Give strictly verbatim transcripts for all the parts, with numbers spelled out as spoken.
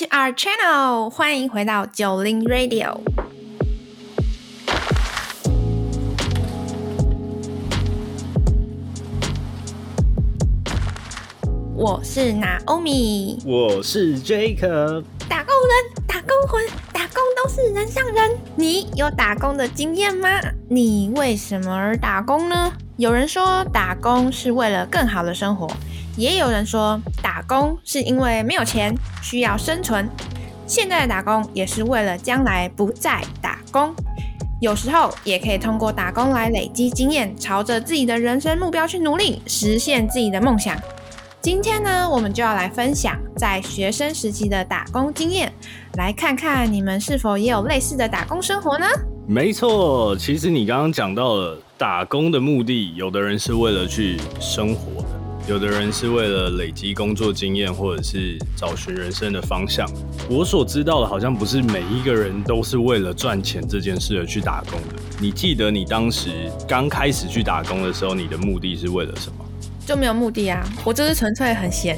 to our channel， 欢迎回到九零 Radio。我是 Naomi， 我是 Jacob。 打工人、打工魂、打工都是人上人。你有打工的经验吗？你为什么而打工呢？有人说打工是为了更好的生活，也有人说打工是因为没有钱，需要生存。现在的打工也是为了将来不再打工。有时候也可以通过打工来累积经验，朝着自己的人生目标去努力，实现自己的梦想。今天呢，我们就要来分享在学生时期的打工经验，来看看你们是否也有类似的打工生活呢？ 没错，其实你刚刚讲到了打工的目的，有的人是为了去生活的，有的人是为了累积工作经验，或者是找寻人生的方向。我所知道的，好像不是每一个人都是为了赚钱这件事而去打工的。你记得你当时刚开始去打工的时候，你的目的是为了什么？ 就没有目的啊，我就是纯粹很闲。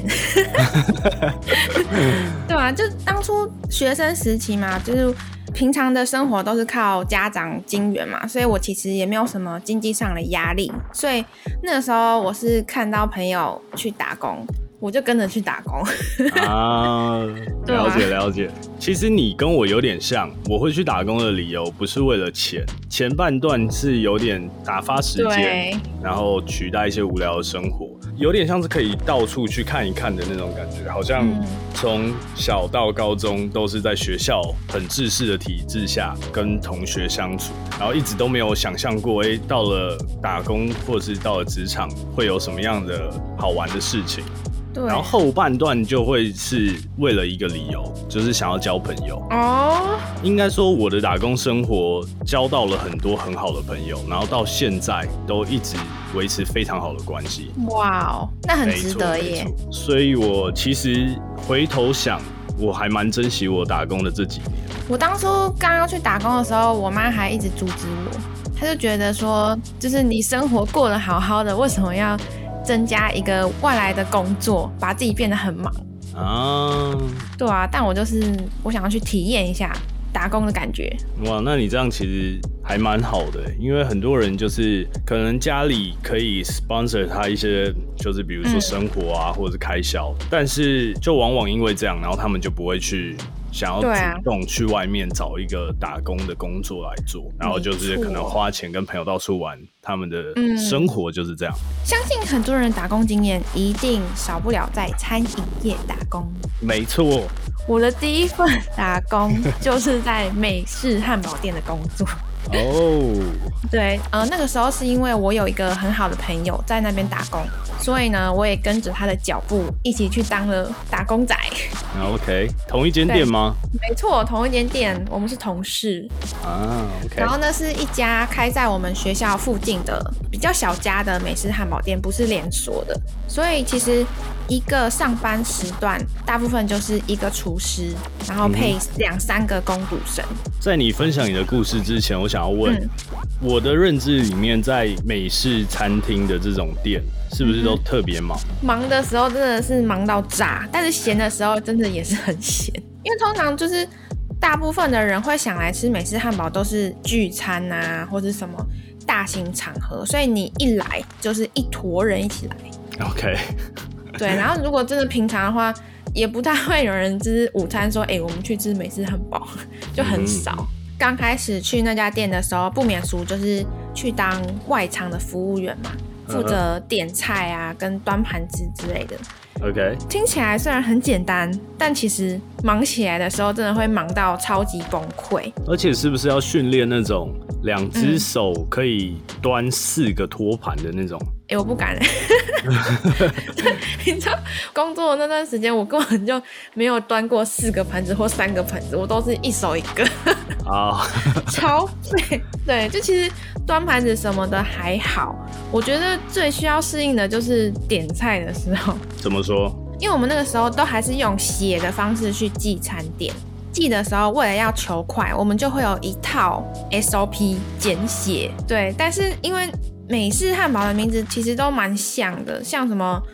对啊，就当初学生时期嘛，就是平常的生活都是靠家长经援嘛，所以我其实也没有什么经济上的压力，所以那个时候我是看到朋友去打工，我就跟着去打工。 啊，了解了解。其实你跟我有点像，我会去打工的理由不是为了钱，前半段是有点打发时间，然后取代一些无聊的生活，有点像是可以到处去看一看的那种感觉，好像从小到高中都是在学校很制式的体制下跟同学相处，然后一直都没有想象过，哎，到了打工或者是到了职场会有什么样的好玩的事情。然后后半段就会是为了一个理由，就是想要交朋友。哦，应该说我的打工生活交到了很多很好的朋友，然后到现在都一直维持非常好的关系。 哇哦，那很值得耶。 所以我其实回头想，我还蛮珍惜我打工的这几年。 我当初刚要去打工的时候，我妈还一直阻止我，她就觉得说，就是你生活过得好好的，为什么要增加一个外来的工作，把自己变得很忙啊？对啊，但我就是我想要去体验一下打工的感觉。 哇，那你这样其实还蛮好的，因为很多人就是可能家里可以 sponsor 他一些，就是比如说生活啊，嗯、或者是开销，但是就往往因为这样，然后他们就不会去想要主动去外面找一个打工的工作来做，然后就是可能花钱跟朋友到处玩，他们的生活就是这样。 嗯、相信很多人打工经验一定少不了在餐饮业打工。 没错， 我的第一份打工就是在美式汉堡店的工作。哦， oh. 对，呃，那个时候是因为我有一个很好的朋友在那边打工，所以呢，我也跟着他的脚步一起去当了打工仔。 OK， 同一间店吗？ 没错，同一间店，我们是同事。啊 ，OK。然后呢，是一家开在我们学校附近的比较小家的美式汉堡店，不是连锁的，所以其实一个上班时段，大部分就是一个厨师，然后配两三个工读生。 在你分享你的故事之前，我想要问，嗯、我的认知里面，在美式餐厅的这种店，是不是都特别忙？ 嗯、忙的时候真的是忙到炸，但是闲的时候真的也是很闲，因为通常就是大部分的人会想来吃美式汉堡都是聚餐啊，或是什么大型场合，所以你一来就是一坨人一起来。 OK。 对，然后如果真的平常的话，也不太会有人就是午餐说，哎、欸，我们去吃美式汉堡，就很少。刚、嗯、开始去那家店的时候，不免俗就是去当外场的服务员嘛，负责点菜啊，跟端盘子之类的。 OK， 听起来虽然很简单，但其实忙起来的时候，真的会忙到超级崩溃。 而且是不是要训练那种两只手可以端四个托盘的那种？ 哎、欸，我不敢、欸。你知道，工作的那段时间，我根本就没有端过四个盘子或三个盘子，我都是一手一个。啊，超废。对，就其实端盘子什么的还好，我觉得最需要适应的就是点菜的时候。 怎么说？ 因为我们那个时候都还是用写的方式去记餐点，记的时候为了要求快，我们就会有一套 S O P 简写。对，但是因为美式汉堡的名字其实都蛮像的，像什么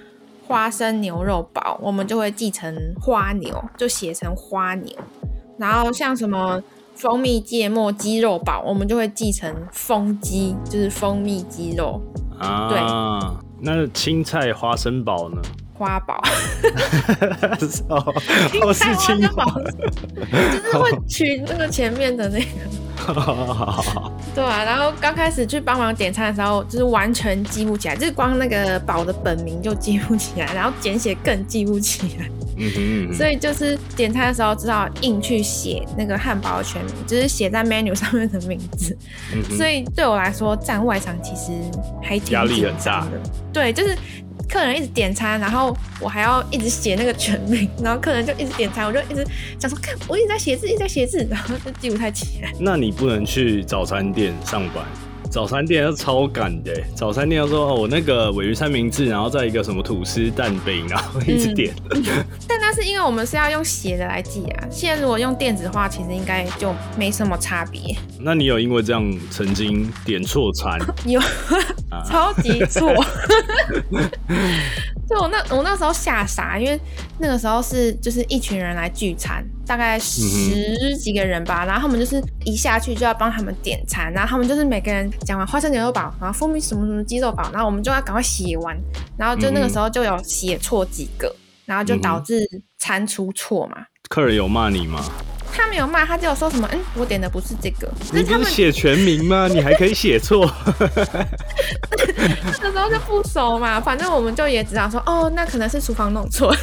花生牛肉堡，我们就会记成花牛，就写成花牛。然后像什么蜂蜜芥末鸡肉堡，我们就会记成蜂鸡，就是蜂蜜鸡肉。 啊， 对。 那青菜花生堡呢？ 花堡。 哦，哦是青花， 就是会取那个前面的那个。对啊，然后刚开始去帮忙点餐的时候，就是完全记不起来，就是光那个堡的本名就记不起来，然后简写更记不起来。嗯哼嗯哼，所以就是点餐的时候只好硬去写那个汉堡的全名，就是写在 menu 上面的名字。嗯、所以对我来说，站外场其实还挺压力很大的。 对，就是客人一直点餐，然后我还要一直写那个全名，然后客人就一直点餐，我就一直想说，看我一直在写字，一直在写字，然后就记不太起来。 那你不能去早餐店上班？早餐店要超赶的，早餐店要说哦，我那个鲔鱼三明治，然后再一个什么吐司蛋饼，然后一直点。嗯、 但那是因为我们是要用写的来记啊，现在如果用电子化，其实应该就没什么差别。 那你有因为这样曾经点错餐？ 有，超级错。就我那我那时候吓傻，因为那个时候是就是一群人来聚餐，大概十几个人吧，然后他们就是一下去就要帮他们点餐，然后他们就是每个人讲完花生牛肉堡，然后蜂蜜什么什么鸡肉堡，然后我们就要赶快写完，然后就那个时候就有写错几个，然后就导致餐出错嘛。 客人有骂你吗？ 他没有骂，他就有说什么，嗯，我点的不是这个。 你不是写全名吗？你还可以写错。 那时候就不熟嘛，反正我们就也只好说，哦，那可能是厨房弄错。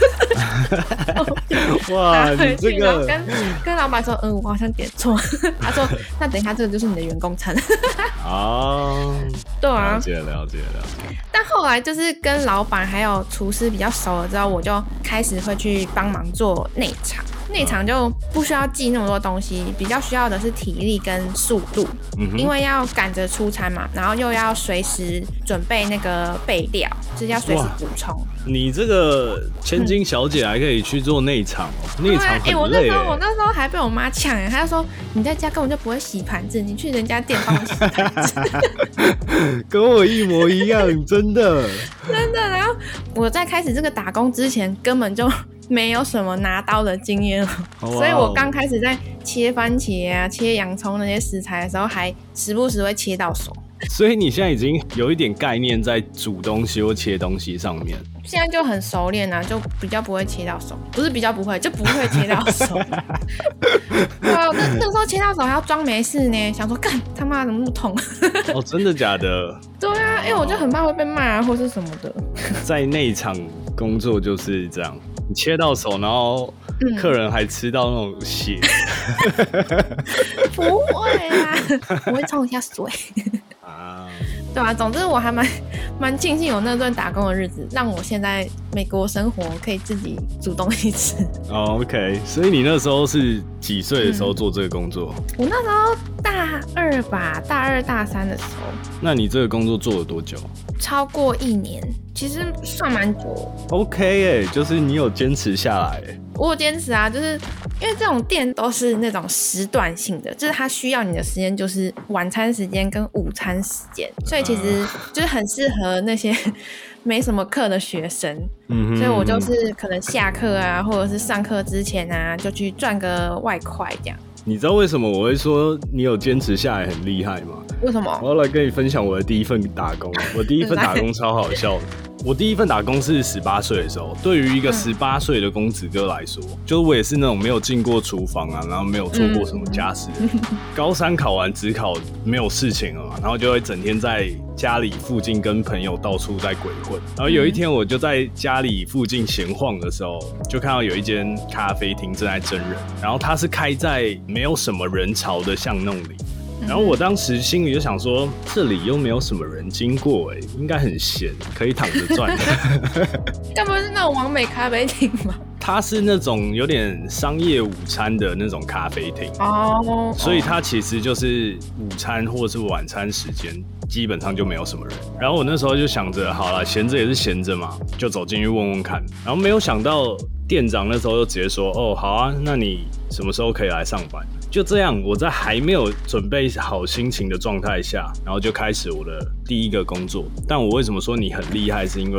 哇，你这个跟跟老板说，嗯，我好像点错。他说，那等一下这个就是你的员工餐。哦，对啊， 了解了解了解。 但后来就是跟老板还有厨师比较熟了之后，我就开始会去帮忙做内场。内场就不需要记那么多东西，比较需要的是体力跟速度，嗯、因为要赶着出餐嘛，然后又要随时准备那个备料，就是要随时补充。 你这个千金小姐还可以去做内场哦，内、嗯、场很累、欸。 我那时候我那时候还被我妈呛哎，她就说你在家根本就不会洗盘子，你去人家店帮我洗盘子。 跟我一模一样，真的真的。然后我在开始这个打工之前，根本就没有什么拿刀的经验了， wow. 所以我刚开始在切番茄啊、切洋葱那些食材的时候，还时不时会切到手。 所以你现在已经有一点概念在煮东西或切东西上面。 现在就很熟练啊，就比较不会切到手，不是比较不会，就不会切到手。对啊，那那个时候切到手还要装没事呢，想说干他妈怎么那么痛？ 哦，真的假的？ 对啊，因为我就很怕会被骂啊，或是什么的。 在内场工作就是这样，你切到手，然后客人还吃到那种血。 嗯、不会啦，我会冲一下水。啊，对啊，总之我还蛮蛮庆幸有那段打工的日子，让我现在美国生活可以自己煮东西吃。 哦 ，OK， 所以你那时候是几岁的时候做这个工作？ 嗯、我那时候大二吧，大二大三的时候。 那你这个工作做了多久？ 超过一年，其实算蛮久。 OK 哎，就是你有坚持下来哎。 我有坚持啊，就是因为这种店都是那种时段性的，就是它需要你的时间就是晚餐时间跟午餐时间，所以其实就是很适合那些没什么课的学生。嗯，所以我就是可能下课啊，或者是上课之前啊，就去赚个外快这样。 你知道为什么我会说你有坚持下来很厉害吗？ 为什么？ 我要来跟你分享我的第一份打工。我第一份打工超好笑的。我第一份打工是十八岁的时候，对于一个十八岁的公子哥来说，嗯、就是我也是那种没有进过厨房啊，然后没有做过什么家事的。嗯、高三考完指考没有事情了嘛，然后就会整天在家里附近跟朋友到处在鬼混。然后有一天我就在家里附近闲晃的时候，就看到有一间咖啡厅正在征人，然后它是开在没有什么人潮的巷弄里。然后我当时心里就想说，这里又没有什么人经过，哎，应该很闲，可以躺着赚。 该不会是那种完美咖啡厅吗？ 它是那种有点商业午餐的那种咖啡厅哦，所以它其实就是午餐或者是晚餐时间基本上就没有什么人。然后我那时候就想着，好啦，闲着也是闲着嘛，就走进去问问看。然后没有想到店长那时候就直接说，哦，好啊，那你什么时候可以来上班？就这样，我在还没有准备好心情的状态下，然后就开始我的第一个工作。但我为什么说你很厉害，是因为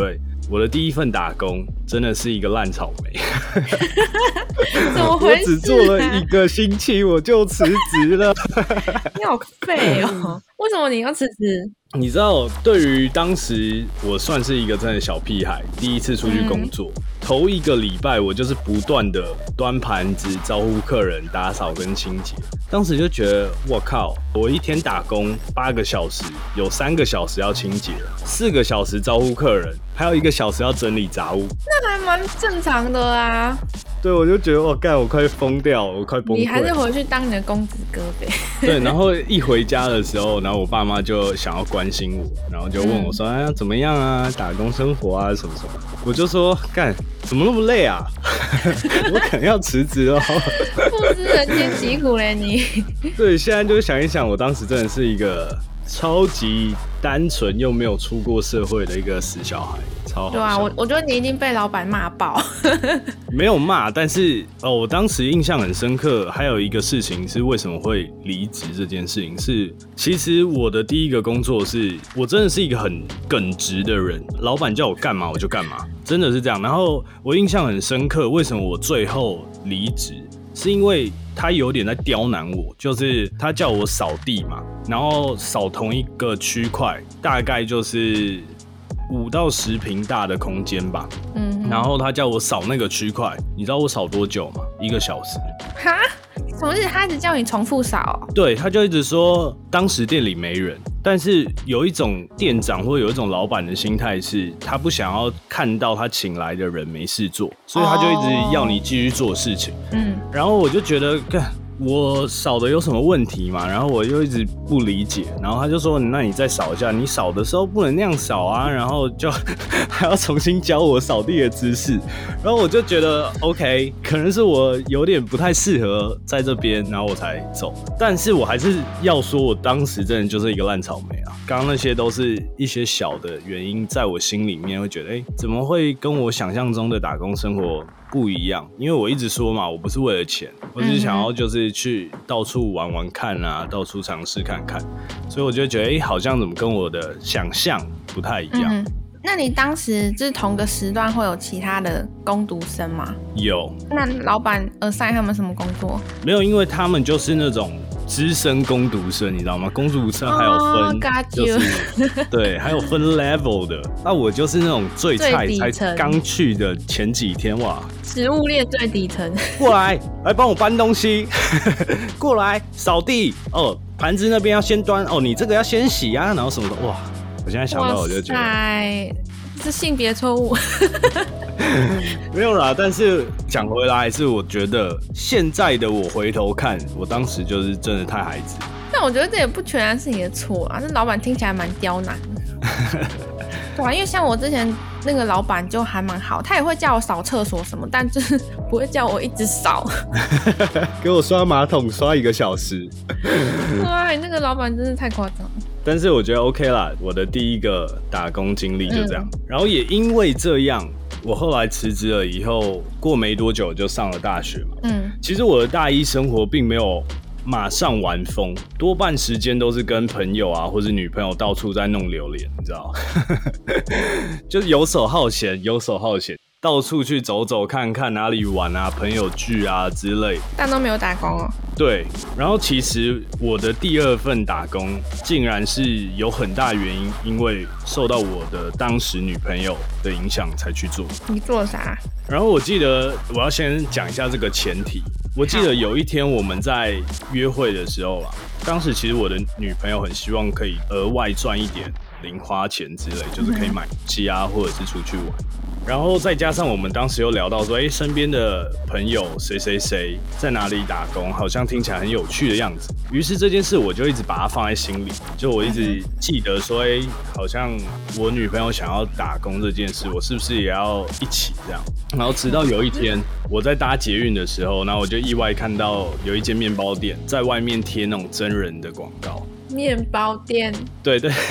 我的第一份打工真的是一个烂草莓。 怎么回事、啊？ 我只做了一个星期我就辞职了。 你好废哦！为什么你要辞职？ 你知道，对于当时我算是一个真的小屁孩，第一次出去工作，嗯、头一个礼拜我就是不断的端盘子、招呼客人、打扫跟清洁。当时就觉得，我靠，我一天打工八个小时，有三个小时要清洁，四个小时招呼客人，还有一个小时要整理杂物， 那还蛮正常的啊。 对，我就觉得我干，我快疯掉，我快崩溃。 你还是回去当你的公子哥呗。 对，然后一回家的时候，然后我爸妈就想要关心我，然后就问我说：“哎、嗯，怎么样啊？打工生活啊，什么什么？”我就说：“干，怎么那么累啊？我可能要辞职了。” 不知人间疾苦嘞，你。 对，现在就想一想，我当时真的是一个超级单纯又没有出过社会的一个死小孩。 对啊，我我觉得你一定被老板骂爆。 没有骂，但是哦，我当时印象很深刻。还有一个事情是为什么会离职这件事情是，其实我的第一个工作是我真的是一个很耿直的人，老板叫我干嘛我就干嘛，真的是这样。然后我印象很深刻，为什么我最后离职，是因为他有点在刁难我，就是他叫我扫地嘛，然后扫同一个区块，大概就是五到十坪大的空间吧，嗯，然后他叫我扫那个区块，你知道我扫多久吗？一个小时。 哈？什么意思？他一直叫你重复扫？ 对，他就一直说当时店里没人，但是有一种店长或有一种老板的心态是，他不想要看到他请来的人没事做，所以他就一直要你继续做事情。嗯，然后我就觉得，干。我扫的有什么问题嘛？然后我又一直不理解，然后他就说：“那你再扫一下，你扫的时候不能那样扫啊。”然后就还要重新教我扫地的姿势。然后我就觉得 OK， 可能是我有点不太适合在这边，然后我才走。但是我还是要说，我当时真的就是一个烂草莓啊！刚刚那些都是一些小的原因，在我心里面会觉得，哎、欸，怎么会跟我想象中的打工生活不一样？因为我一直说嘛，我不是为了钱，我只是想要就是去到处玩玩看啊，到处尝试看看，所以我就觉得，哎、欸，好像怎么跟我的想象不太一样。嗯， 那你当时就是同个时段会有其他的工读生吗？ 有。那老板assign他们什么工作？ 没有，因为他们就是那种资深工读生，你知道吗？工读生还有分， oh, 就是对，还有分 level 的。那我就是那种最菜，才刚去的前几天哇， 食物链最底层。 过来，来帮我搬东西，过来扫地哦，盘子那边要先端哦，你这个要先洗啊，然后什么的哇。我现在想到我就觉得， 哎，是性别错误。 没有啦，但是讲回来，是我觉得现在的我回头看，我当时就是真的太孩子。 但我觉得这也不全然是你的错啊，这老板听起来蛮刁难的。对啊，因为像我之前那个老板就还蛮好，他也会叫我扫厕所什么，但就是不会叫我一直扫。 给我刷马桶刷一个小时。 对，那个老板真是太夸张了。 但是我觉得 OK 啦，我的第一个打工经历就这样、嗯、然后也因为这样，我后来辞职了以后，过没多久就上了大学嘛。嗯，其实我的大一生活并没有马上玩疯，多半时间都是跟朋友啊或是女朋友到处在弄榴莲，你知道就是游手好闲，游手好闲，到处去走走看看，哪里玩啊，朋友聚啊之类， 但都没有打工哦。 对，然后其实我的第二份打工竟然是有很大原因，因为受到我的当时女朋友的影响才去做。 你做啥？ 然后我记得我要先讲一下这个前提。我记得有一天我们在约会的时候啊，当时其实我的女朋友很希望可以额外赚一点零花钱之类，就是可以买东西啊，或者是出去玩。然后再加上我们当时又聊到说，哎、欸，身边的朋友谁谁谁在哪里打工，好像听起来很有趣的样子。于是这件事我就一直把它放在心里，就我一直记得说，哎、欸，好像我女朋友想要打工这件事，我是不是也要一起这样？然后直到有一天我在搭捷运的时候，然后我就意外看到有一间面包店在外面贴那种真人的广告。 面包店， 对对，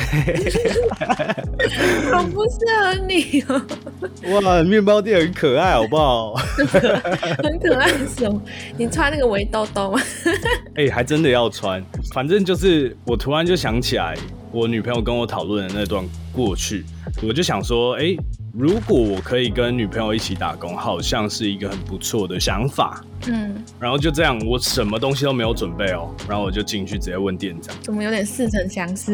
好不适合你哦。 哇，面包店很可爱，好不好？ 很可爱什么？你穿那个围兜兜吗？ 哎、欸，还真的要穿。反正就是我突然就想起来，我女朋友跟我讨论的那段过去，我就想说，哎、欸， 如果我可以跟女朋友一起打工，好像是一个很不错的想法。嗯，然后就这样，我什么东西都没有准备哦，然后我就进去直接问店长， 怎么有点似曾相识？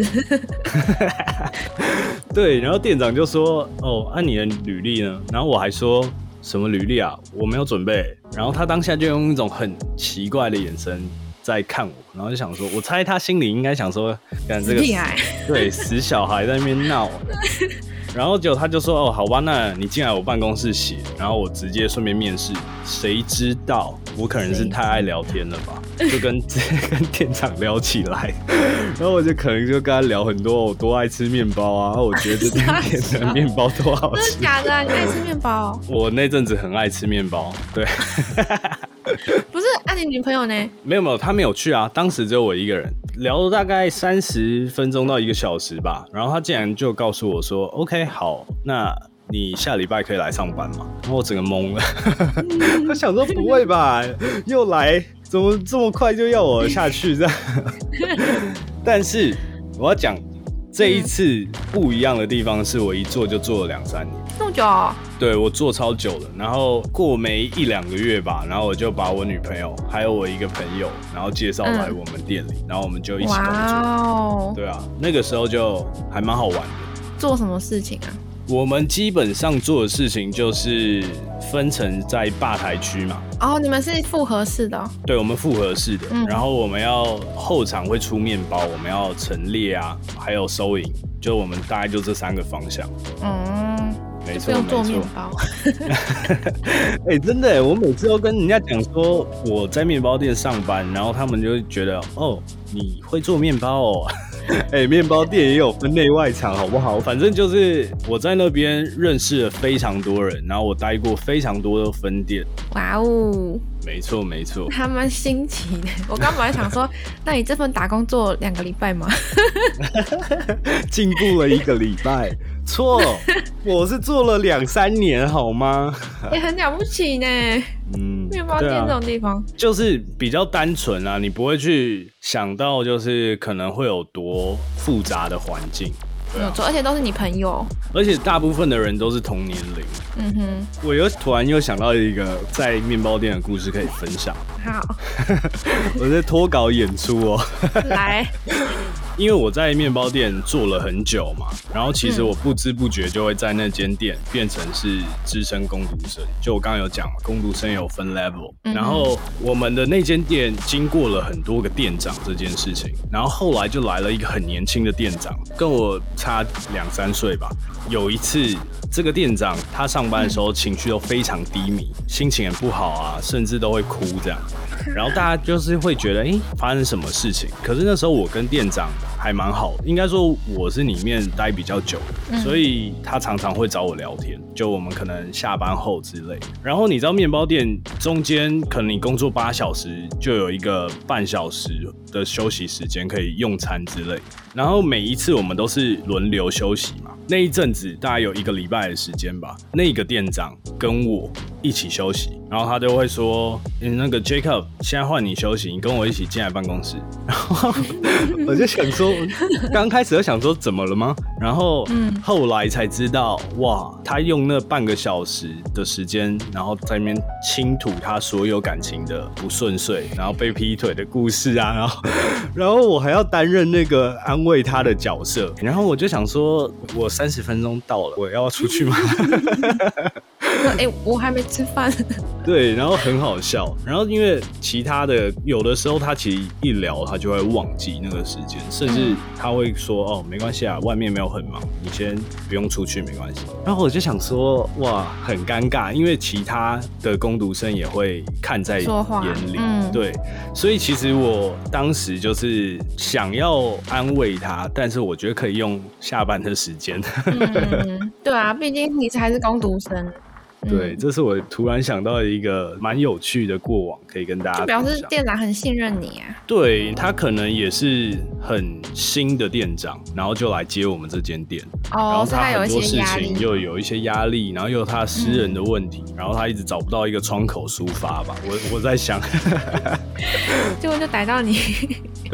对，然后店长就说：“哦，按、啊、你的履历呢？”然后我还说什么履历啊，我没有准备。然后他当下就用一种很奇怪的眼神在看我，然后就想说，我猜他心里应该想说，干这个厉害， 对，死小孩在那边闹。然后结果他就说：“哦，好吧，那你进来我办公室写，然后我直接顺便面试。”谁知道我可能是太爱聊天了吧，就跟直接跟店长聊起来，然后我就可能就跟他聊很多，我多爱吃面包啊，我觉得这间店的面包多好吃。 真的假的、啊？你爱吃面包？ 我那阵子很爱吃面包，对。 不是，那、啊、你女朋友呢？ 没有没有，她没有去啊，当时只有我一个人，聊了大概三十分钟到一个小时吧，然后她竟然就告诉我说 ：“OK， 好，那你下礼拜可以来上班吗？”然后我整个懵了，我想说不会吧，又来，怎么这么快就要我下去这样？但是我要讲这一次不一样的地方是，我一做就做了两三年， 这么久、哦？ 对，我做超久了，然后过没一两个月吧，然后我就把我女朋友还有我一个朋友，然后介绍来我们店里，嗯、然后我们就一起工作。哇哦！对啊，那个时候就还蛮好玩的。 做什么事情啊？ 我们基本上做的事情就是分成在吧台区嘛。 哦，你们是复合式的、哦？对， 我们复合式的。嗯、然后我们要后场会出面包，我们要陈列啊，还有收银，就我们大概就这三个方向。嗯。没错， 不用做面包。 哎、欸，真的，我每次都跟人家讲说我在面包店上班，然后他们就会觉得哦，你会做面包哦。哎、欸，面包店也有分内外场，好不好？反正就是我在那边认识了非常多人，然后我待过非常多的分店。 哇哦！ 没错没错， 还蛮新奇的。我刚本来想说，那你这份打工做两个礼拜吗？ 进步了一个礼拜，错，我是做了两三年，好吗？ 也、欸、很了不起呢。嗯，面包店这种地方、啊、 就是比较单纯啊，你不会去想到就是可能会有多复杂的环境。 没有错，而且都是你朋友， 而且大部分的人都是同年龄。嗯哼，我又突然又想到一个在面包店的故事可以分享。 好， 我在脱稿演出哦。 来， 因为我在面包店做了很久嘛，然后其实我不知不觉就会在那间店变成是资深工读生。就我刚刚有讲嘛，工读生有分 level，、嗯、然后我们的那间店经过了很多个店长这件事情，然后后来就来了一个很年轻的店长，跟我差两三岁吧。有一次，这个店长他上班的时候情绪都非常低迷，心情很不好啊，甚至都会哭这样。然后大家就是会觉得，哎、欸，发生什么事情？可是那时候我跟店长还蛮好的，应该说我是里面待比较久的，所以他常常会找我聊天，就我们可能下班后之类。然后你知道面包店中间可能你工作八小时，就有一个半小时的休息时间可以用餐之类。然后每一次我们都是轮流休息嘛，那一阵子大概有一个礼拜的时间吧，那个店长跟我一起休息，然后他就会说：“欸、那个 Jacob， 现在换你休息，你跟我一起进来办公室。”然后我就想说，刚开始就想说怎么了吗？然后后来才知道，哇，他用那半个小时的时间，然后在那边倾吐他所有感情的不顺遂，然后被劈腿的故事啊，然后然后我还要担任那个安慰他的角色，然后我就想说，我三十分钟到了，我要出去吗？ 哎、欸，我还没吃饭。 对，然后很好笑，然后因为其他的有的时候他其实一聊他就会忘记那个时间，甚至他会说：“哦，没关系啊，外面没有很忙，你先不用出去，没关系。”然后我就想说，哇，很尴尬，因为其他的工读生也会看在眼里，嗯、对，所以其实我当时就是想要安慰他，但是我觉得可以用下班的时间。 嗯，对啊，毕竟你才是工读生。 对，这是我突然想到的一个蛮有趣的过往，可以跟大家分享。 就表示店长很信任你啊。 对，他可能也是很新的店长，然后就来接我们这间店。哦，然后他很多事情又有一些压力，然后又有他私人的问题，嗯、然后他一直找不到一个窗口抒发吧。我我在想， 结果就逮到你。 对啊。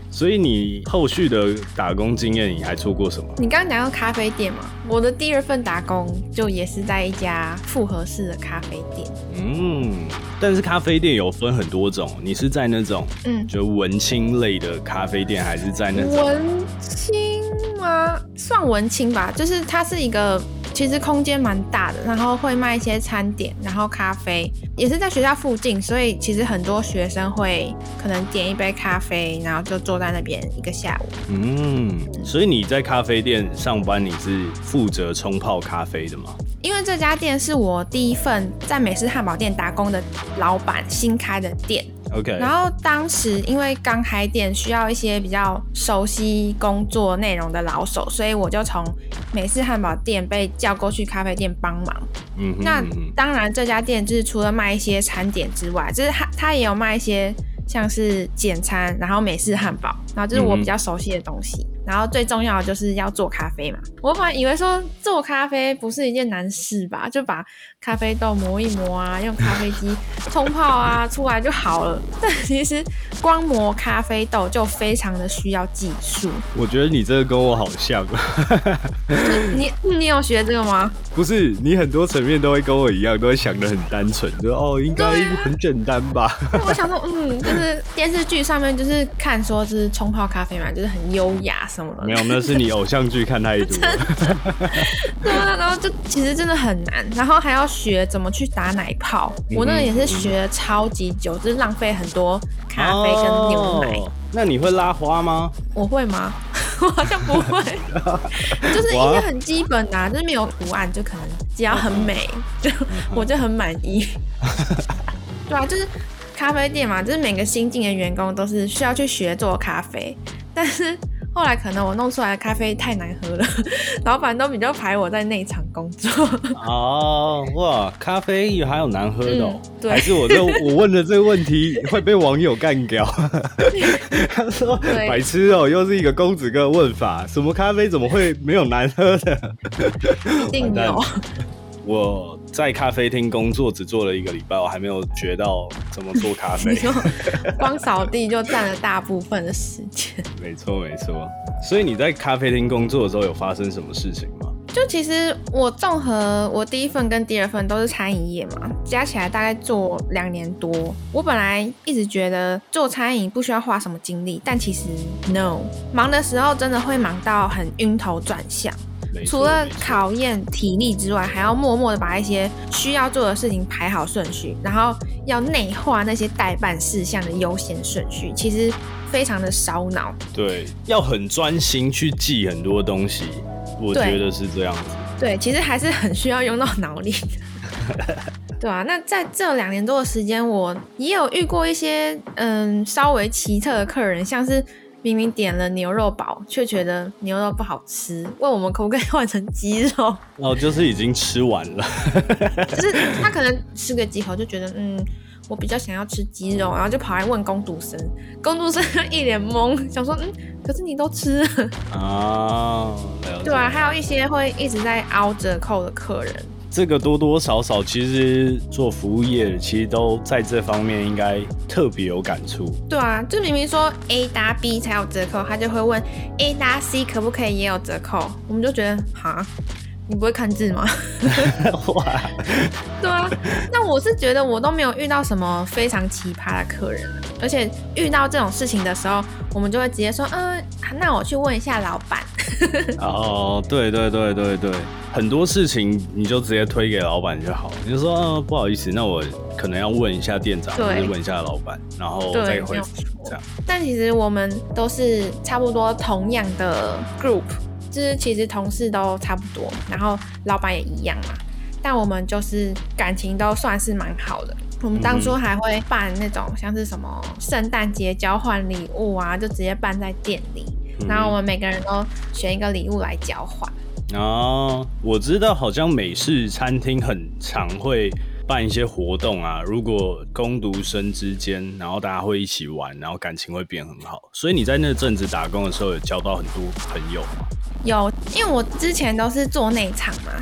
所以你后续的打工经验，你还做过什么？ 你刚刚讲到咖啡店嘛，我的第二份打工就也是在一家复合式的咖啡店。 嗯，但是咖啡店有分很多种，你是在那种嗯，就文青类的咖啡店，还是在那种文青吗？算文青吧，就是它是一个。其实空间蛮大的，然后会卖一些餐点，然后咖啡也是在学校附近，所以其实很多学生会可能点一杯咖啡，然后就坐在那边一个下午。 嗯，所以你在咖啡店上班，你是负责冲泡咖啡的吗？ 因为这家店是我第一份在美式汉堡店打工的老板新开的店。 OK， 然后当时因为刚开店，需要一些比较熟悉工作内容的老手，所以我就从美式汉堡店被叫过去咖啡店帮忙。嗯，那当然这家店就是除了卖一些餐点之外，就是他他也有卖一些像是简餐，然后美式汉堡，然后就是我比较熟悉的东西。嗯，然后最重要的就是要做咖啡嘛。我本来以为说做咖啡不是一件难事吧，就把咖啡豆磨一磨啊，用咖啡机冲泡啊，出来就好了。但其实光磨咖啡豆就非常的需要技术。 我觉得你这个跟我好像。 你你有学这个吗？ 不是，你很多层面都会跟我一样，都会想得很单纯，就哦应该很简单吧。 啊，我想说，嗯，就是电视剧上面就是看说就是冲泡咖啡嘛，就是很优雅什么的。 没有，那是你偶像剧看太多了。 对啊，然后就其实真的很难，然后还要学怎么去打奶泡。嗯，我那个也是学了超级久，就是浪费很多咖啡跟牛奶。哦， 那你会拉花吗？ 我会吗？我好像不会。就是一些很基本的，啊，就是没有图案，就可能只要很美，就我就很满意。对啊，就是咖啡店嘛，就是每个新进的员工都是需要去学做咖啡，但是后来可能我弄出来的咖啡太难喝了，老板都比较排我在内场工作。 哦，哇，咖啡还有难喝的，哦，嗯， 对， 还是我这我问的这个问题会被网友干掉？他说白痴哦，又是一个公子哥的问法，什么咖啡怎么会没有难喝的？ 一定有。 我在咖啡厅工作只做了一个礼拜，我还没有学到怎么做咖啡。 你说光扫地就占了大部分的时间。 没错没错。所以你在咖啡厅工作的时候有发生什么事情吗？ 就其实我综合我第一份跟第二份都是餐饮业嘛，加起来大概做两年多。我本来一直觉得做餐饮不需要花什么精力，但其实 no， 忙的时候真的会忙到很晕头转向。除了考验体力之外，还要默默的把一些需要做的事情排好顺序，然后要内化那些待办事项的优先顺序，其实非常的烧脑。 对，要很专心去记很多东西，我觉得是这样子。 对，其实还是很需要用到脑力的。对啊，那在这两年多的时间，我也有遇过一些嗯稍微奇特的客人，像是明明点了牛肉堡，却觉得牛肉不好吃，问我们可不可以换成鸡肉。 哦，就是已经吃完了。 就是他可能吃个几口就觉得嗯我比较想要吃鸡肉，然后就跑来问工读生，工读生一脸懵，想说嗯可是你都吃了。 哦， 对啊，还有一些会一直在凹折扣的客人。 这个多多少少其实做服务业其实都在这方面应该特别有感触。 对啊，就明明说 A 搭 B 才有折扣，他就会问 A 搭 C 可不可以也有折扣，我们就觉得哈你不会看字吗？ 哇， 对啊，那我是觉得我都没有遇到什么非常奇葩的客人，而且遇到这种事情的时候，我们就会直接说嗯那我去问一下老板。 哦，对对对对对，很多事情你就直接推给老板就好，你就说、呃、不好意思，那我可能要问一下店长，或者问一下老板，然后再回复这样。 但其实我们都是差不多同样的 group， 就是其实同事都差不多，然后老板也一样嘛，但我们就是感情都算是蛮好的。我们当初还会办那种像是什么圣诞节交换礼物啊，就直接办在店里，然后我们每个人都选一个礼物来交换。 哦，我知道好像美式餐厅很常会办一些活动啊，如果工读生之间，然后大家会一起玩，然后感情会变很好。所以你在那阵子打工的时候有交到很多朋友吗？ 有，因为我之前都是做内场嘛，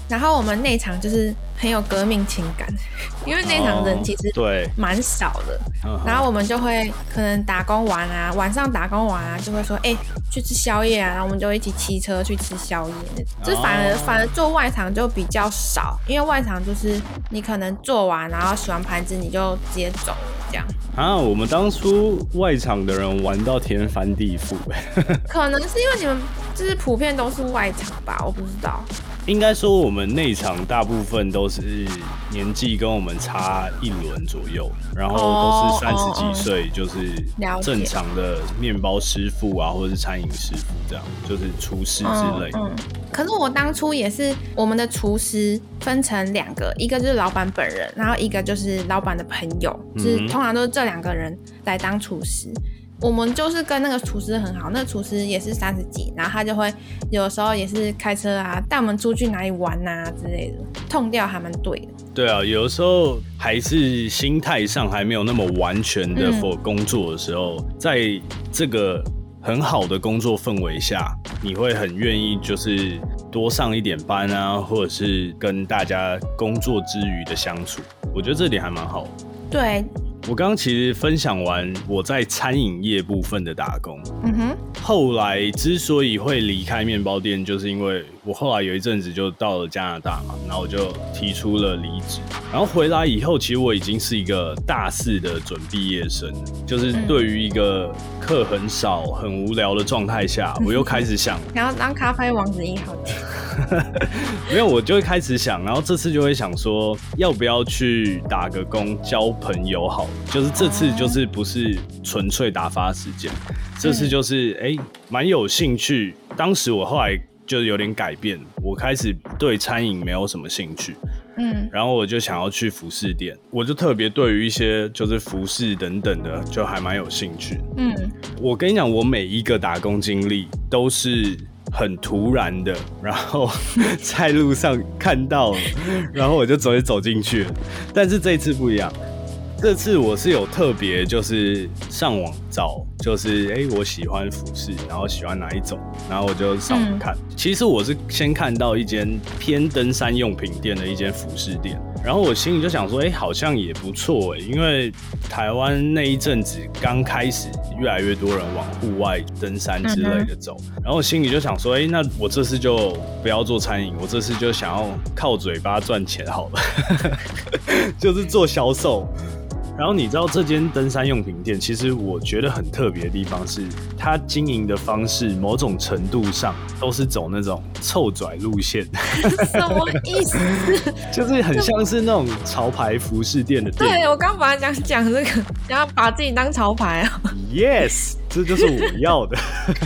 然后我们内场就是很有革命情感，因为内场人其实对蛮少的， 哦、 然后我们就会可能打工完啊，晚上打工完啊，就会说哎、欸、去吃宵夜啊，然后我们就一起骑车去吃宵夜，就是反而、哦、反而做外场就比较少，因为外场就是你可能做完然后洗完盘子你就直接走了这样。 啊，我们当初外场的人玩到天翻地覆可能是因为你们就是普遍都是外场吧，我不知道。 应该说我们内场大部分都是年纪跟我们差一轮左右，然后都是三十几岁、哦，就是正常的面包师傅啊，或者是餐饮师傅这样，就是厨师之类的、嗯嗯。 可是我当初也是，我们的厨师分成两个，一个就是老板本人，然后一个就是老板的朋友，就是通常都是这两个人来当厨师。我们就是跟那个厨师很好，那个厨师也是三十几，然后他就会有时候也是开车啊，带我们出去哪里玩啊之类的，痛调还蛮对的。 对啊，有的时候还是心态上还没有那么完全的 for 工作的时候、嗯，在这个很好的工作氛围下，你会很愿意就是多上一点班啊，或者是跟大家工作之余的相处，我觉得这点还蛮好的。 对。 我刚刚其实分享完我在餐饮业部分的打工， 嗯哼， 后来之所以会离开面包店，就是因为我后来有一阵子就到了加拿大嘛，然后我就提出了离职。然后回来以后，其实我已经是一个大四的准毕业生，就是对于一个课很少、很无聊的状态下，我又开始想， 然后当咖啡王子一号。 没有，我就会开始想，然后这次就会想说，要不要去打个工交朋友好了？就是这次就是不是纯粹打发时间，这次就是哎蛮、欸、有兴趣。当时我后来就有点改变，我开始对餐饮没有什么兴趣。嗯，然后我就想要去服饰店，我就特别对于一些就是服饰等等的，就还蛮有兴趣。嗯，我跟你讲，我每一个打工经历都是很突然的，然后在路上看到了，然后我就直接走进去了。但是这一次不一样，这次我是有特别就是上网找，就是哎、欸、我喜欢服饰，然后喜欢哪一种，然后我就上网看、嗯。其实我是先看到一间偏登山用品店的一间服饰店，然后我心里就想说，哎、欸、好像也不错哎、欸，因为台湾那一阵子刚开始越来越多人往户外登山之类的走，嗯、然后我心里就想说，哎、欸、那我这次就不要做餐饮，我这次就想要靠嘴巴赚钱好了，就是做销售。然后你知道这间登山用品店，其实我觉得很特别的地方是，它经营的方式某种程度上都是走那种臭拽路线。 什么意思？ 就是很像是那种潮牌服饰店的店。 对，我刚本来想讲这个，然后把自己当潮牌啊。 Yes， 这就是我要的。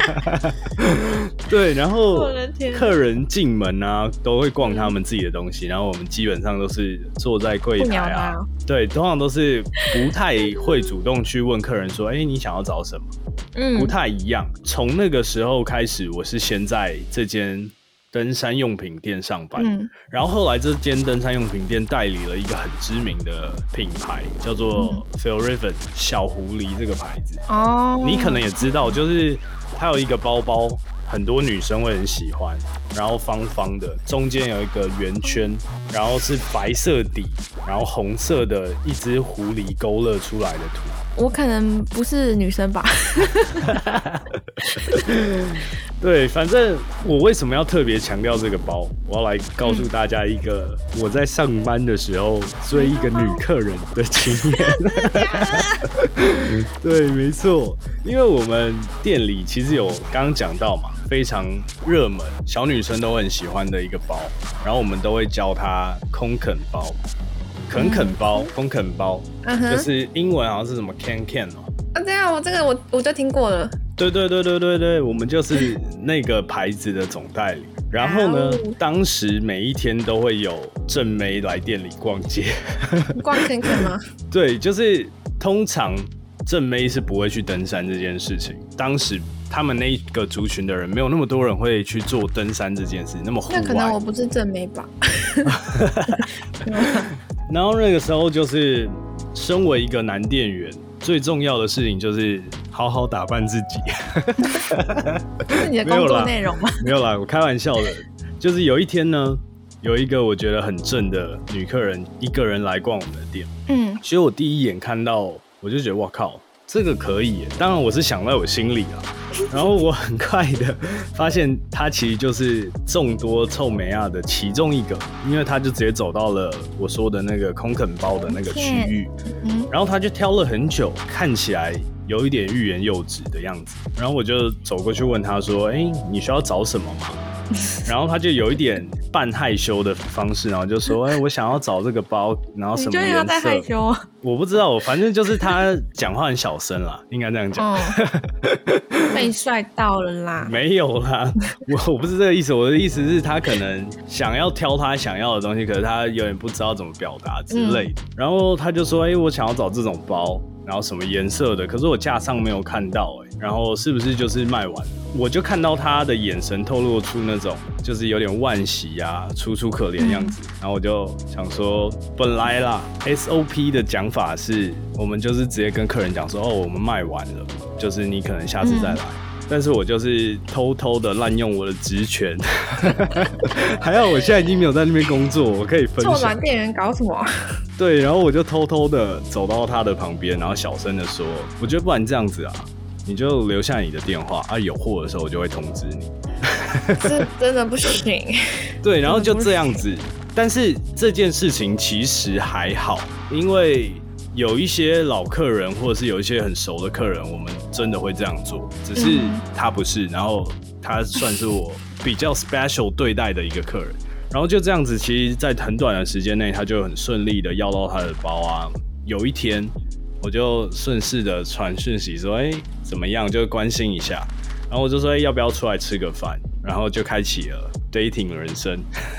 对，然后客人进门啊，都会逛他们自己的东西，然后我们基本上都是坐在柜台啊。对，通常都是不太会主动去问客人说，哎、欸，你想要找什么？嗯，不太一样。从那个时候开始，我是先在这间登山用品店上班，嗯，然后后来这间登山用品店代理了一个很知名的品牌，叫做 Fjällräven 小狐狸这个牌子。哦，你可能也知道，就是它有一个包包，很多女生会很喜欢，然后方方的，中间有一个圆圈，然后是白色底，然后红色的一只狐狸勾勒出来的图。 我可能不是女生吧。 对，反正我为什么要特别强调这个包？我要来告诉大家一个我在上班的时候追一个女客人的经验。对，没错，因为我们店里其实有刚刚讲到嘛，非常热门，小女生都很喜欢的一个包，然后我们都会叫它空肯包。肯肯包，空肯包，嗯、就是英文好像是什么 can can 哦。 啊，对啊，我这个我我就听过了。 对对对对对对，我们就是那个牌子的总代理。然后呢，当时每一天都会有正妹来店里逛街。 逛肯肯吗？ 对，就是通常正妹是不会去登山这件事情。当时他们那一个族群的人，没有那么多人会去做登山这件事，那么户外。 那可能我不是正妹吧。 然后那个时候就是身为一个男店员，最重要的事情就是好好打扮自己。 这是你的工作内容吗？ 没有啦，我开玩笑的。就是有一天呢， 有一个我觉得很正的女客人一个人来逛我们的店， 嗯， 其实我第一眼看到我就觉得哇靠，这个可以耶，当然我是想在我心里啦，然后我很快的发现她其实就是众多臭美亚的其中一个，因为她就直接走到了我说的那个空肯包的那个区域，然后她就挑了很久，看起来有一点欲言又止的样子，然后我就走过去问她说，哎、欸，你需要找什么吗？然后他就有一点半害羞的方式，然后就说：“哎、欸，我想要找这个包，然后什么颜色？”你觉得他在害羞啊？我不知道，反正就是他讲话很小声啦，应该这样讲。 嗯、被帅到了啦？ 没有啦，我我不是这个意思，我的意思是他可能想要挑他想要的东西，可是他有点不知道怎么表达之类的。嗯、然后他就说：“哎、欸，我想要找这种包。”然后什么颜色的，可是我架上没有看到哎、欸，然后是不是就是卖完了？我就看到他的眼神透露出那种就是有点惋惜啊、楚楚可怜的样子，嗯、然后我就想说，本来啦 S O P 的讲法是我们就是直接跟客人讲说，哦，我们卖完了，就是你可能下次再来。嗯但是我就是偷偷的滥用我的职权，还好我现在已经没有在那边工作，我可以分享。 臭软店员搞什么？ 对，然后我就偷偷的走到他的旁边，然后小声的说：“我觉得不然这样子啊，你就留下你的电话啊，有货的时候我就会通知你。” 这真的不行。 对，然后就这样子。但是这件事情其实还好，因为有一些老客人，或者是有一些很熟的客人，我们真的会这样做，只是他不是，然后他算是我比较 special 对待的一个客人，然后就这样子，其实在很短的时间内，他就很顺利的要到他的包啊。有一天，我就顺势的传讯息说，哎、欸，怎么样？就关心一下，然后我就说，哎、欸，要不要出来吃个饭？然后就开启了 dating 人生。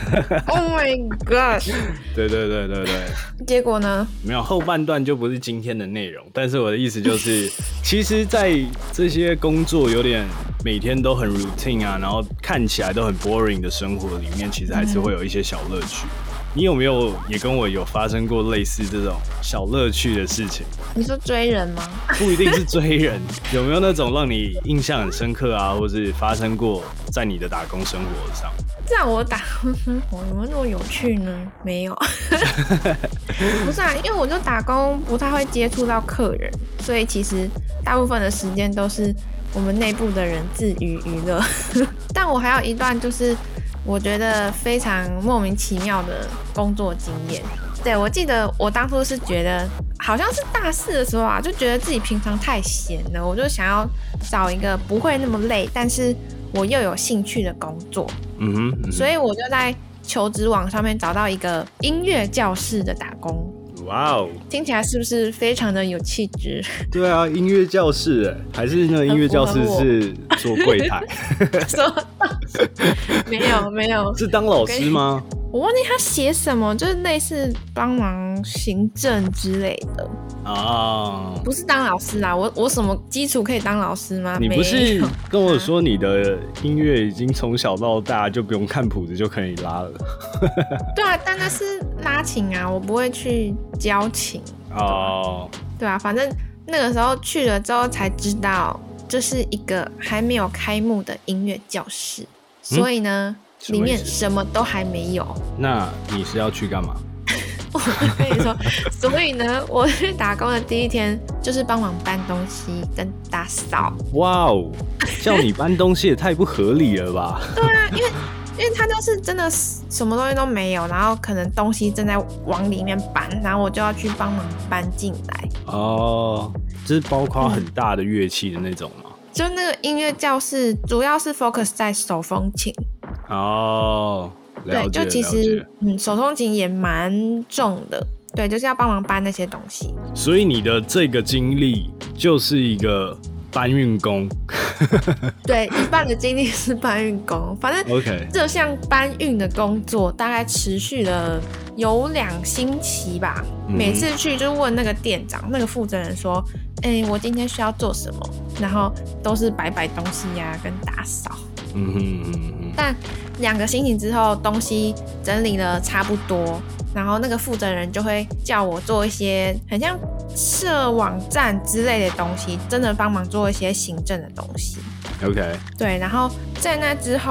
Oh my god！ 对对对对对。 结果呢？ 没有，后半段就不是今天的内容。但是我的意思就是，其实，在这些工作有点每天都很 routine 啊，然后看起来都很 boring 的生活里面，其实还是会有一些小乐趣。嗯你有没有也跟我有发生过类似这种小乐趣的事情？ 你说追人吗？ 不一定是追人，有没有那种让你印象很深刻啊，或是发生过在你的打工生活上？ 在我打工生活有没有那么有趣呢？没有，不是啊，因为我就打工不太会接触到客人，所以其实大部分的时间都是我们内部的人自娱娱乐。但我还有一段就是我觉得非常莫名其妙的工作经验。对，我记得我当初是觉得好像是大四的时候啊，就觉得自己平常太闲了，我就想要找一个不会那么累，但是我又有兴趣的工作。嗯哼，嗯哼，所以我就在求职网上面找到一个音乐教室的打工。 哇哦， 听起来是不是非常的有气质？ 对啊，音乐教室哎，还是那个音乐教室是做柜台？ 说没有没有， 是当老师吗？ 我忘记他写什么，就是类似帮忙行政之类的啊，不是当老师啦。我我什么基础可以当老师吗？ 你不是跟我说你的音乐已经从小到大就不用看谱子就可以拉了？ 对啊，但那是拉琴啊，我不会去教琴哦。对啊，反正那个时候去了之后才知道，这是一个还没有开幕的音乐教室，所以呢。嗯里面什么都还没有。那你是要去干嘛？ 我跟你说，所以呢，我去打工的第一天就是帮忙搬东西跟打扫。 哇哦，叫你搬东西也太不合理了吧？ 对啊，因为因为他就是真的什么东西都没有，然后可能东西正在往里面搬，然后我就要去帮忙搬进来。哦， 这是包括很大的乐器的那种吗？ 嗯，就那个音乐教室主要是 focus 在手风琴。 哦，了解， 对，就其实嗯，手风琴也蛮重的，对，就是要帮忙搬那些东西。 所以你的这个经历就是一个搬运工。 对，一半的经历是搬运工，反正 OK， 这项搬运的工作大概持续了有两星期吧。嗯、每次去就问那个店长、那个负责人说：“哎、欸，我今天需要做什么？”然后都是摆摆东西呀、啊，跟打扫。嗯哼嗯哼，但两个星期之后，东西整理了差不多，然后那个负责人就会叫我做一些很像设网站之类的东西，真的帮忙做一些行政的东西。 OK， 对，然后在那之后，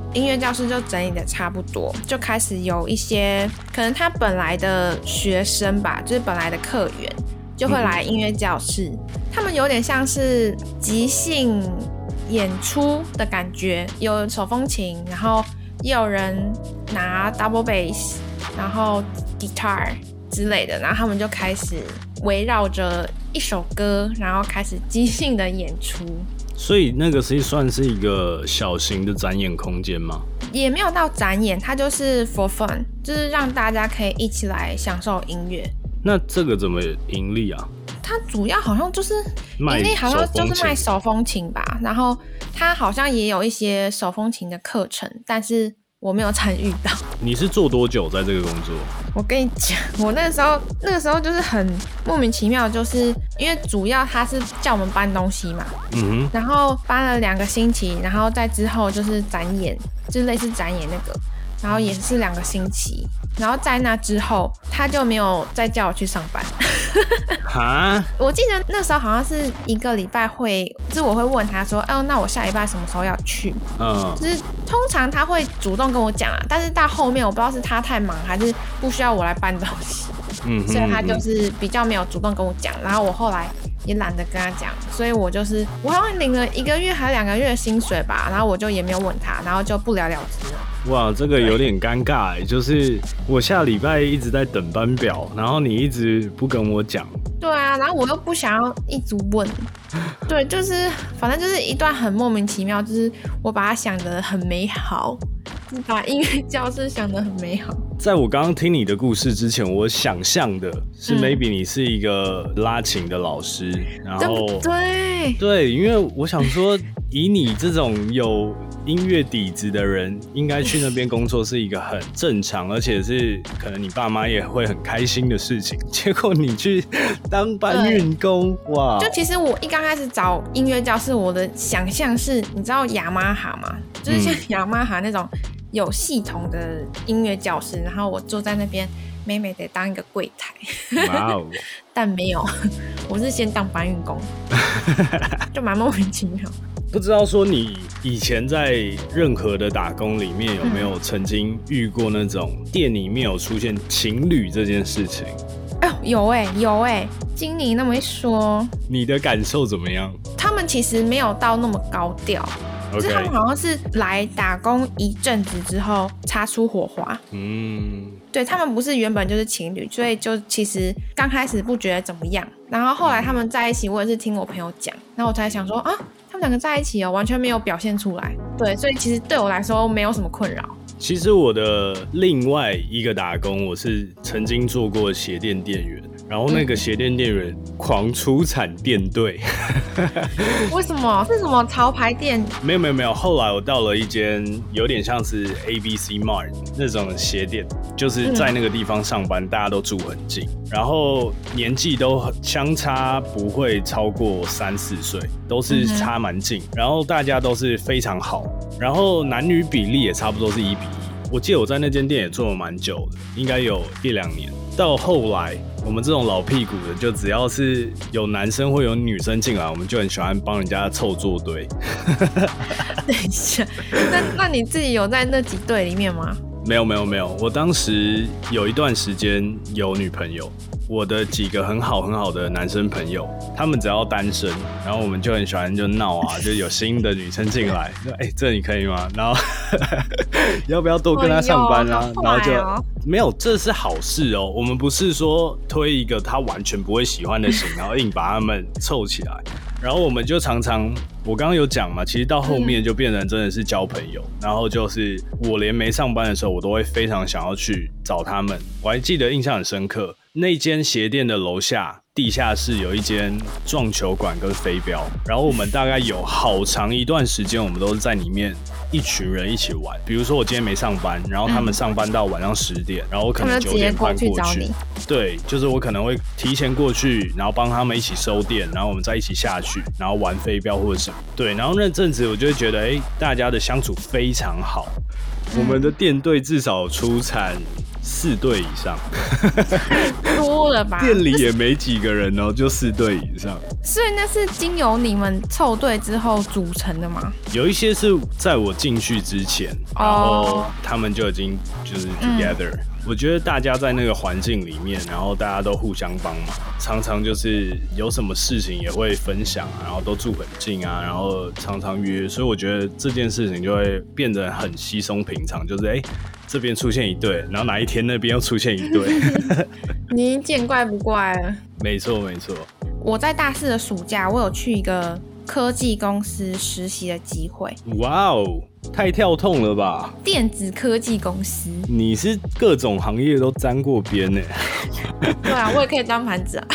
音乐教室就整理的差不多，就开始有一些可能他本来的学生吧，就是本来的客源就会来音乐教室，嗯、他们有点像是即兴演出的感觉，有手风琴，然后也有人拿 double bass， 然后 guitar 之类的，然后他们就开始围绕着一首歌，然后开始即兴的演出。 所以那个是算是一个小型的展演空间吗？ 也没有到展演，它就是 for fun， 就是让大家可以一起来享受音乐。 那这个怎么盈利啊？ 它主要好像就是盈利，好像就是卖手风琴吧。然后它好像也有一些手风琴的课程，但是我没有参与到。 你是做多久在这个工作？ 我跟你讲，我那个时候那个时候就是很莫名其妙，就是因为主要他是叫我们搬东西嘛，嗯哼，然后搬了两个星期，然后在之后就是展演，就是类似展演那个，然后也是两个星期，然后在那之后他就没有再叫我去上班。哈，我记得那时候好像是一个礼拜会，就是我会问他说，哦，那我下礼拜什么时候要去？嗯，就是通常他会主动跟我讲啊，但是到后面我不知道是他太忙还是不需要我来搬东西，嗯，所以他就是比较没有主动跟我讲，然后我后来也懒得跟他讲，所以我就是我好像领了一个月还两个月的薪水吧，然后我就也没有问他，然后就不了了之了。 哇，这个有点尴尬哎，就是我下礼拜一直在等班表，然后你一直不跟我讲。 对啊，然后我又不想要一直问，对，就是反正就是一段很莫名其妙，就是我把它想得很美好，把音乐教室想得很美好。 在我刚刚听你的故事之前，我想象的是 maybe 你是一个拉琴的老师，嗯、然后对对，因为我想说，以你这种有音乐底子的人，应该去那边工作是一个很正常，而且是可能你爸妈也会很开心的事情。结果你去当搬运工，哇！ 就其实我一刚开始找音乐教室，我的想象是，你知道雅马哈吗？就是像雅马哈那种有系统的音乐教室，然后我坐在那边美美的当一个柜台。哇哦！但没有，我是先当搬运工，就蛮莫名其妙。 不知道说你以前在任何的打工里面有没有曾经遇过那种店里面有出现情侣这件事情？ 哎、哦，有哎、欸，有哎、欸，经你那么一说， 你的感受怎么样？ 他们其实没有到那么高调。Okay. 就是他们好像是来打工一阵子之后擦出火花，嗯，对，他们不是原本就是情侣，所以就其实刚开始不觉得怎么样，然后后来他们在一起，我也是听我朋友讲，然后我才想说啊，他们两个在一起哦，完全没有表现出来，对，所以其实对我来说没有什么困扰。 其实我的另外一个打工，我是曾经做过鞋店店员，然后那个鞋店店员狂出产店队。 为什么？是什么潮牌店？ 没有没有没有，后来我到了一间有点像是 A B C Mart 那种鞋店，就是在那个地方上班，嗯、大家都住很近，然后年纪都相差不会超过三四岁，都是差蛮近，嗯、然后大家都是非常好，然后男女比例也差不多是一比一。我记得我在那间店也做了蛮久的，应该有一两年。到后来，我们这种老屁股的，就只要是有男生或有女生进来，我们就很喜欢帮人家凑作堆。 等一下，那那你自己有在那几队里面吗？ 没有没有没有，我当时有一段时间有女朋友。我的几个很好很好的男生朋友，他们只要单身，然后我们就很喜欢就闹啊，就有新的女生进来，说哎、欸，这你可以吗？然后要不要多跟他上班啊？ 哦、 然后就没有，这是好事哦。我们不是说推一个他完全不会喜欢的型，然后硬把他们凑起来。然后我们就常常，我刚刚有讲嘛，其实到后面就变成真的是交朋友。嗯、然后就是我连没上班的时候，我都会非常想要去找他们。我还记得印象很深刻。那间鞋店的楼下地下室有一间撞球馆跟飞镖，然后我们大概有好长一段时间，我们都是在里面一群人一起玩。比如说我今天没上班，然后他们上班到晚上十点，然后我可能九点半过去，对，就是我可能会提前过去，然后帮他们一起收店，然后我们再一起下去，然后玩飞镖或者什么。对，然后那阵子我就会觉得，哎、欸，大家的相处非常好。我们的店队至少出产四队以上， 多多了吧？ 店里也没几个人哦，就四队以上。 所以那是经由你们凑队之后组成的吗？ 有一些是在我进去之前，然后他们就已经就是 together、嗯。我觉得大家在那个环境里面，然后大家都互相帮忙，常常就是有什么事情也会分享啊，然后都住很近啊，然后常常约，所以我觉得这件事情就会变得很稀松平常，就是哎、欸，这边出现一队，然后哪一天那边又出现一队， 你已经见怪不怪了。 没错没错。 我在大四的暑假，我有去一个科技公司实习的机会。 哇哦，太跳痛了吧！ 电子科技公司， 你是各种行业都沾过边呢。 对啊，我也可以当盘子啊。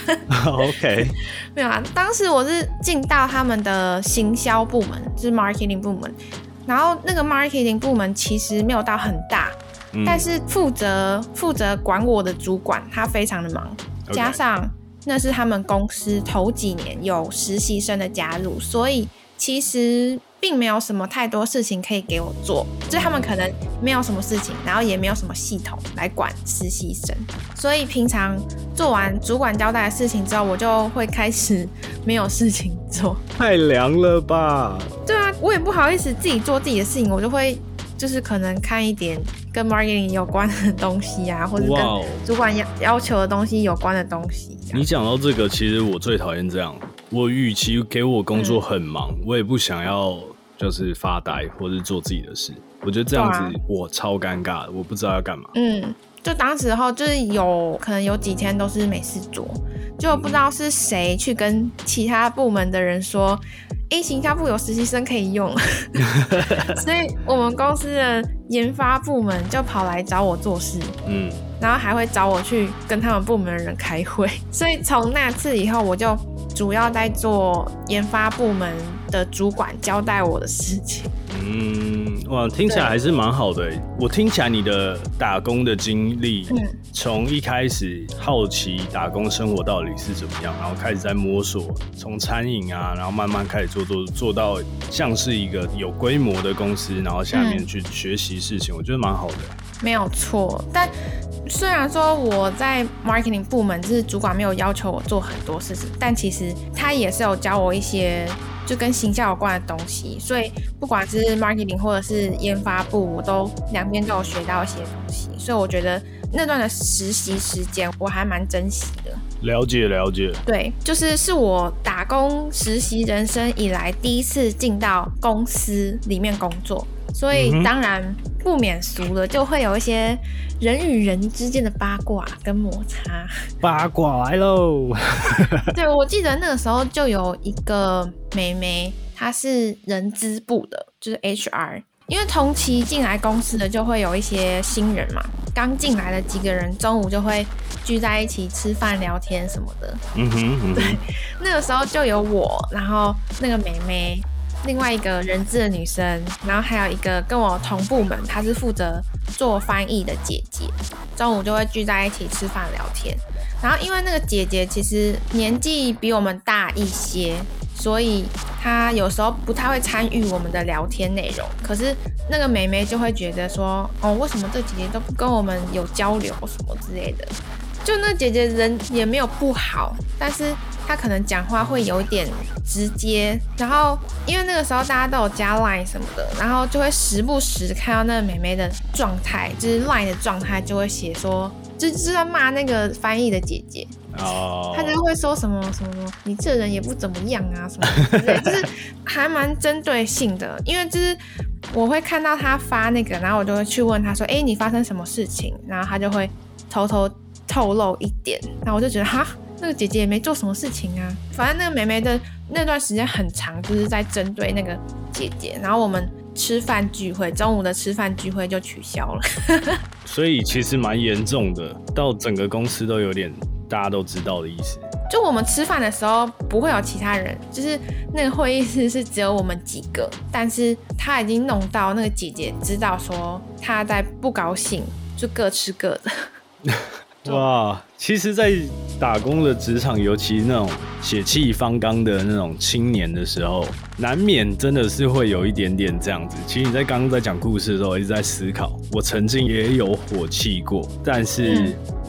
OK， 没有啊，当时我是进到他们的行销部门，就是 marketing 部门。然后那个 marketing 部门其实没有到很大，嗯、但是负责负责管我的主管他非常的忙， okay. 加上那是他们公司头几年有实习生的加入，所以其实并没有什么太多事情可以给我做，就是他们可能没有什么事情，然后也没有什么系统来管实习生，所以平常做完主管交代的事情之后，我就会开始没有事情做。 太凉了吧？ 对啊，我也不好意思自己做自己的事情，我就会就是可能看一点跟 marketing 有关的东西啊，或者跟主管要求的东西有关的东西。 你讲到这个，其实我最讨厌这样。我与其给我工作很忙，嗯、我也不想要就是发呆或是做自己的事。我觉得这样子我超尴尬的，我不知道要干嘛。 嗯，就当时候就是有可能有几天都是没事做，就不知道是谁去跟其他部门的人说，哎、欸，行销部有实习生可以用，所以我们公司的研发部门就跑来找我做事。嗯。然后还会找我去跟他们部门的人开会，所以从那次以后，我就主要在做研发部门的主管交代我的事情。嗯， 哇，听起来还是蛮好的。我听起来你的打工的经历，从、嗯、一开始好奇打工生活到底是怎么样，然后开始在摸索，从餐饮啊，然后慢慢开始做做做到像是一个有规模的公司，然后下面去学习事情，嗯、我觉得蛮好的。 没有错，但虽然说我在 marketing 部门，就是主管没有要求我做很多事情，但其实他也是有教我一些就跟行销有关的东西，所以不管是 marketing 或者是研发部，我都两边都有学到一些东西，所以我觉得那段的实习时间我还蛮珍惜的。 了解了解， 对，就是是我打工实习人生以来第一次进到公司里面工作，所以当然不免俗的就会有一些人与人之间的八卦跟摩擦。 八卦来喽！ 对，我记得那个时候就有一个妹妹，她是人资部的，就是 H R。因为同期进来公司的就会有一些新人嘛，刚进来的几个人中午就会聚在一起吃饭聊天什么的。嗯哼，嗯哼，对，那个时候就有我，然后那个妹妹，另外一个人资的女生，然后还有一个跟我同部门，她是负责做翻译的姐姐，中午就会聚在一起吃饭聊天。然后因为那个姐姐其实年纪比我们大一些，所以她有时候不太会参与我们的聊天内容，可是那个妹妹就会觉得说，哦，为什么这姐姐都不跟我们有交流什么之类的。就那姐姐人也没有不好，但是她可能讲话会有一点直接，然后因为那个时候大家都有加 line 什么的，然后就会时不时看到那个妹妹的状态，就是 line 的状态就会写说，就是在骂那个翻译的姐姐。哦，他就会说什么什么什么，你这人也不怎么样啊，什么之类，就是还蛮针对性的。因为就是我会看到他发那个，然后我就会去问他说，哎、欸，你发生什么事情？然后他就会偷偷透露一点，然后我就觉得哈，那个姐姐也没做什么事情啊。反正那个妹妹的那段时间很长，就是在针对那个姐姐，然后我们吃饭聚会，中午的吃饭聚会就取消了。 所以其实蛮严重的，到整个公司都有点大家都知道的意思。 就我们吃饭的时候不会有其他人，就是那个会议室是只有我们几个，但是他已经弄到那个姐姐知道说他在不高兴，就各吃各的。 哇，其实在打工的职场，尤其那种血气方刚的那种青年的时候，难免真的是会有一点点这样子。其实你在刚刚在讲故事的时候，一直在思考，我曾经也有火气过，但是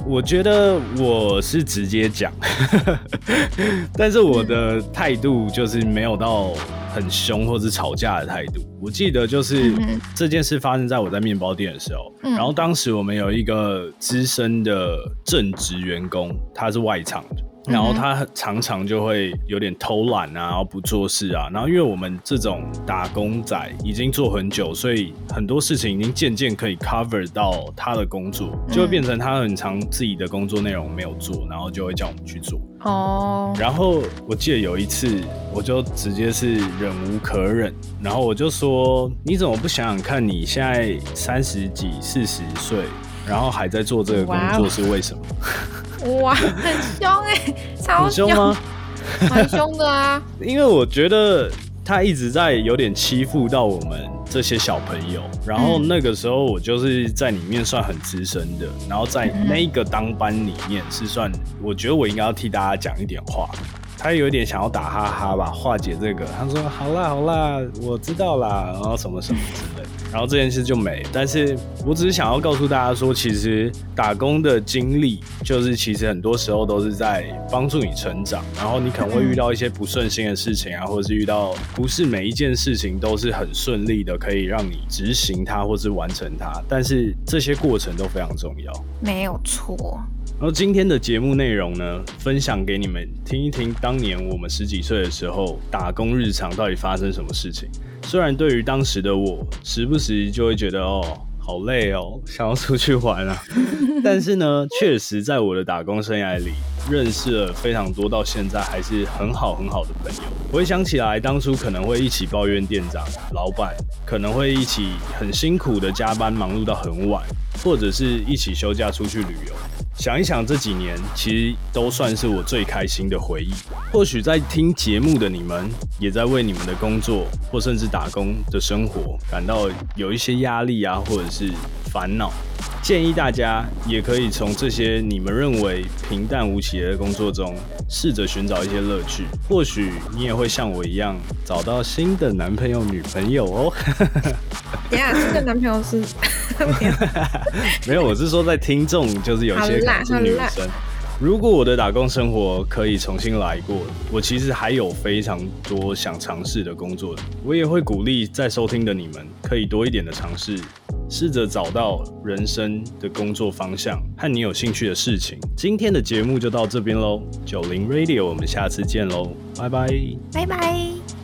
我觉得我是直接讲，但是我的态度就是没有到很凶或是吵架的态度。我记得就是这件事发生在我在面包店的时候，嗯、然后当时我们有一个资深的正职员工，他是外场的。然后他常常就会有点偷懒啊，然后不做事啊。然后因为我们这种打工仔已经做很久，所以很多事情已经渐渐可以 cover 到他的工作，就会变成他很常自己的工作内容没有做，然后就会叫我们去做。哦。然后我记得有一次，我就直接是忍无可忍，然后我就说：“你怎么不想想看，你现在三十几、四十岁，然后还在做这个工作是为什么？” 哇，很凶哎、欸，超凶吗？ 蛮凶的啊！ 因为我觉得他一直在有点欺负到我们这些小朋友，然后那个时候我就是在里面算很资深的，然后在那个当班里面是算，我觉得我应该要替大家讲一点话。他有点想要打哈哈吧，化解这个。他说：“好啦好啦，我知道啦。”然后什么什么之类的，然后这件事就没。但是我只是想要告诉大家说，其实打工的经历，就是其实很多时候都是在帮助你成长。然后你可能会遇到一些不顺心的事情啊，或者是遇到不是每一件事情都是很顺利的，可以让你执行它或是完成它。但是这些过程都非常重要， 没有错。 然后今天的节目内容呢，分享给你们听一听，当年我们十几岁的时候，打工日常到底发生什么事情。虽然对于当时的我，时不时就会觉得哦，好累哦，想要出去玩啊，但是呢，确实在我的打工生涯里，认识了非常多到现在还是很好很好的朋友。我会想起来，当初可能会一起抱怨店长、老板，可能会一起很辛苦的加班，忙碌到很晚，或者是一起休假出去旅游。想一想这几年，其实都算是我最开心的回忆。或许在听节目的你们，也在为你们的工作或甚至打工的生活感到有一些压力啊，或者是烦恼。建议大家也可以从这些你们认为平淡无奇的工作中，试着寻找一些乐趣。或许你也会像我一样，找到新的男朋友、女朋友哦。 等一下，新的男朋友是没有，我是说在听众，就是有些可能是女生。如果我的打工生活可以重新来过，我其实还有非常多想尝试的工作。我也会鼓励在收听的你们，可以多一点的尝试，试着找到人生的工作方向和你有兴趣的事情。今天的节目就到这边咯，九零 Radio， 我们下次见咯，拜拜， 拜拜。